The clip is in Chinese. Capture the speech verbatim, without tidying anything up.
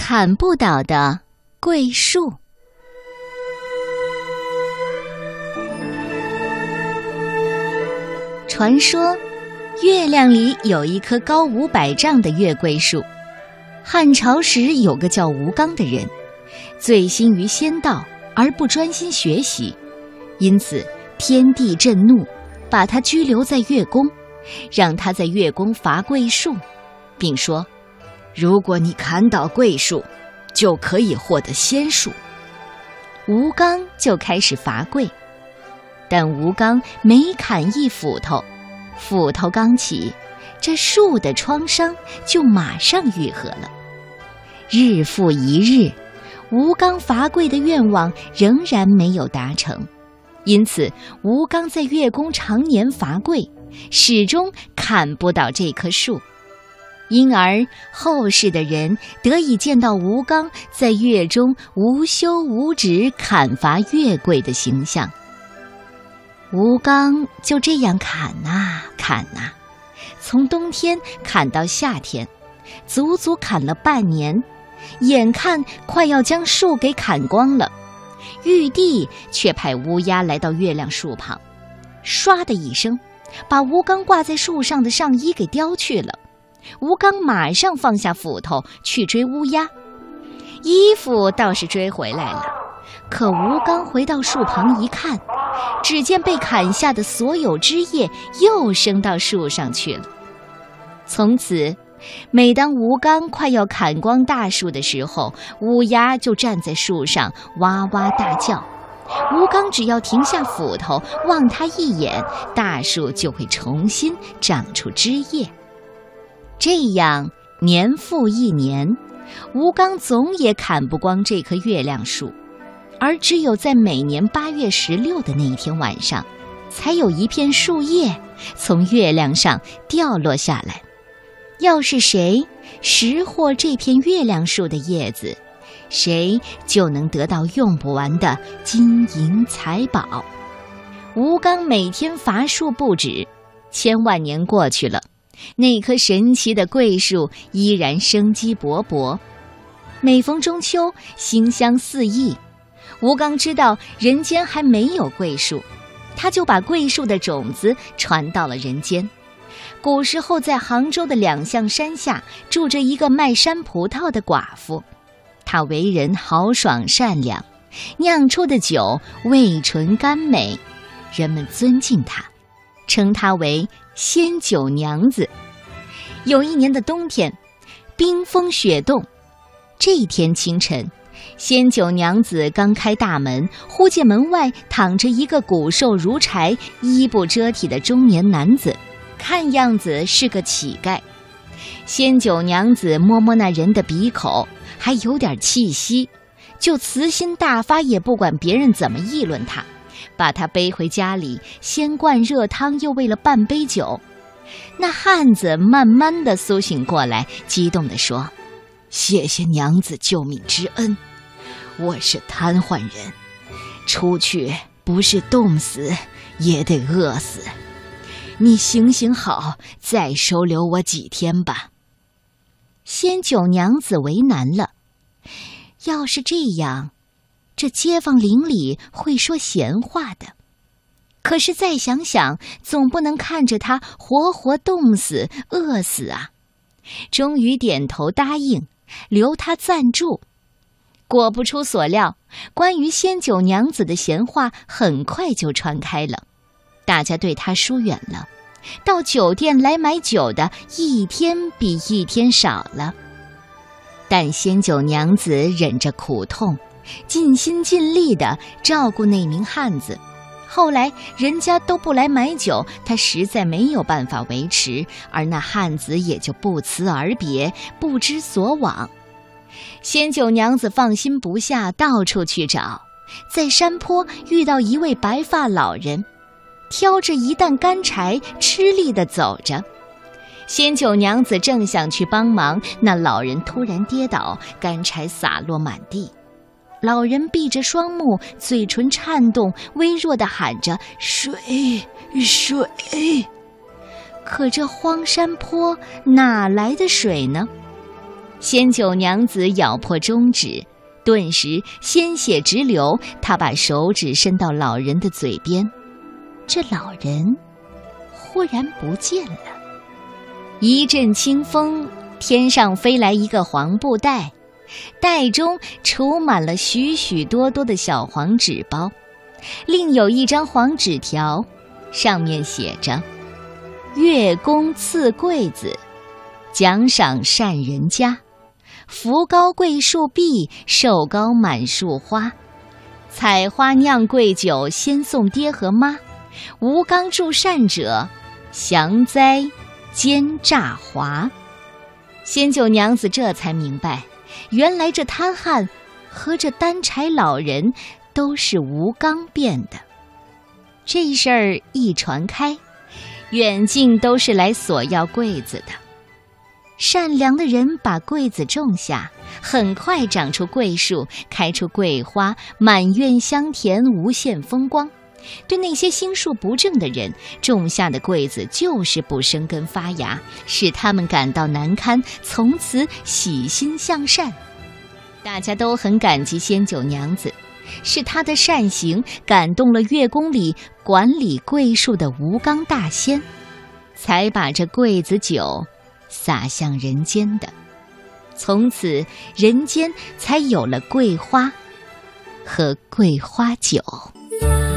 砍不倒的桂树。传说，月亮里有一棵高五百丈的月桂树。汉朝时有个叫吴刚的人，醉心于仙道而不专心学习，因此天帝震怒，把他拘留在月宫，让他在月宫伐桂树，并说：如果你砍倒桂树，就可以获得仙术。吴刚就开始伐桂，但吴刚每砍一斧头，斧头刚起，这树的创伤就马上愈合了。日复一日，吴刚伐桂的愿望仍然没有达成，因此吴刚在月宫常年伐桂，始终砍不倒这棵树。因而后世的人得以见到吴刚在月中无休无止砍伐月桂的形象。吴刚就这样砍啊砍啊，从冬天砍到夏天，足足砍了半年，眼看快要将树给砍光了，玉帝却派乌鸦来到月亮树旁，唰的一声把吴刚挂在树上的上衣给叼去了。吴刚马上放下斧头去追乌鸦，衣服倒是追回来了，可吴刚回到树旁一看，只见被砍下的所有枝叶又升到树上去了。从此每当吴刚快要砍光大树的时候，乌鸦就站在树上哇哇大叫，吴刚只要停下斧头望他一眼，大树就会重新长出枝叶。这样年复一年，吴刚总也砍不光这棵月亮树，而只有在每年八月十六的那一天晚上，才有一片树叶从月亮上掉落下来。要是谁拾获这片月亮树的叶子，谁就能得到用不完的金银财宝。吴刚每天伐树不止，千万年过去了，那棵神奇的桂树依然生机勃勃。每逢中秋，馨香四溢。吴刚知道人间还没有桂树，他就把桂树的种子传到了人间。古时候在杭州的两象山下住着一个卖山葡萄的寡妇，她为人豪爽善良，酿出的酒味醇甘美，人们尊敬她，称她为仙酒娘子。有一年的冬天，冰封雪冻，这一天清晨，仙酒娘子刚开大门，忽见门外躺着一个骨瘦如柴、衣不遮体的中年男子，看样子是个乞丐。仙酒娘子摸摸那人的鼻口，还有点气息，就慈心大发，也不管别人怎么议论他，把他背回家里，先灌热汤，又喂了半杯酒。那汉子慢慢地苏醒过来，激动地说：谢谢娘子救命之恩，我是瘫痪人，出去不是冻死也得饿死，你行行好，再收留我几天吧。仙酒娘子为难了，要是这样，这街坊邻里会说闲话的。可是再想想，总不能看着他活活冻死饿死啊。终于点头答应，留他暂住。果不出所料，关于仙酒娘子的闲话很快就传开了，大家对她疏远了，到酒店来买酒的一天比一天少了。但仙酒娘子忍着苦痛，尽心尽力地照顾那名汉子。后来人家都不来买酒，她实在没有办法维持，而那汉子也就不辞而别，不知所往。仙酒娘子放心不下，到处去找，在山坡遇到一位白发老人，挑着一担干柴，吃力地走着。仙酒娘子正想去帮忙，那老人突然跌倒，干柴洒落满地。老人闭着双目，嘴唇颤动，微弱地喊着水水。可这荒山坡哪来的水呢？ 仙九娘子咬破中指，顿时鲜血直流，她把手指伸到老人的嘴边，这老人忽然不见了。一阵清风，天上飞来一个黄布袋，袋中储满了许许多多的小黄纸包，另有一张黄纸条，上面写着：月宫赐桂子，奖赏善人家，福高桂树碧，寿高满树花，采花酿桂酒，先送爹和妈，吴刚助善者，降灾兼诈华。仙九娘子这才明白，原来这贪汉和这担柴老人都是吴刚变的。这事儿一传开，远近都是来索要桂子的。善良的人把桂子种下，很快长出桂树，开出桂花，满院香甜，无限风光。对那些心术不正的人，种下的桂子就是不生根发芽，使他们感到难堪，从此喜心向善。大家都很感激仙九娘子，是她的善行感动了月宫里管理桂树的吴刚大仙，才把这桂子酒洒向人间的。从此人间才有了桂花和桂花酒。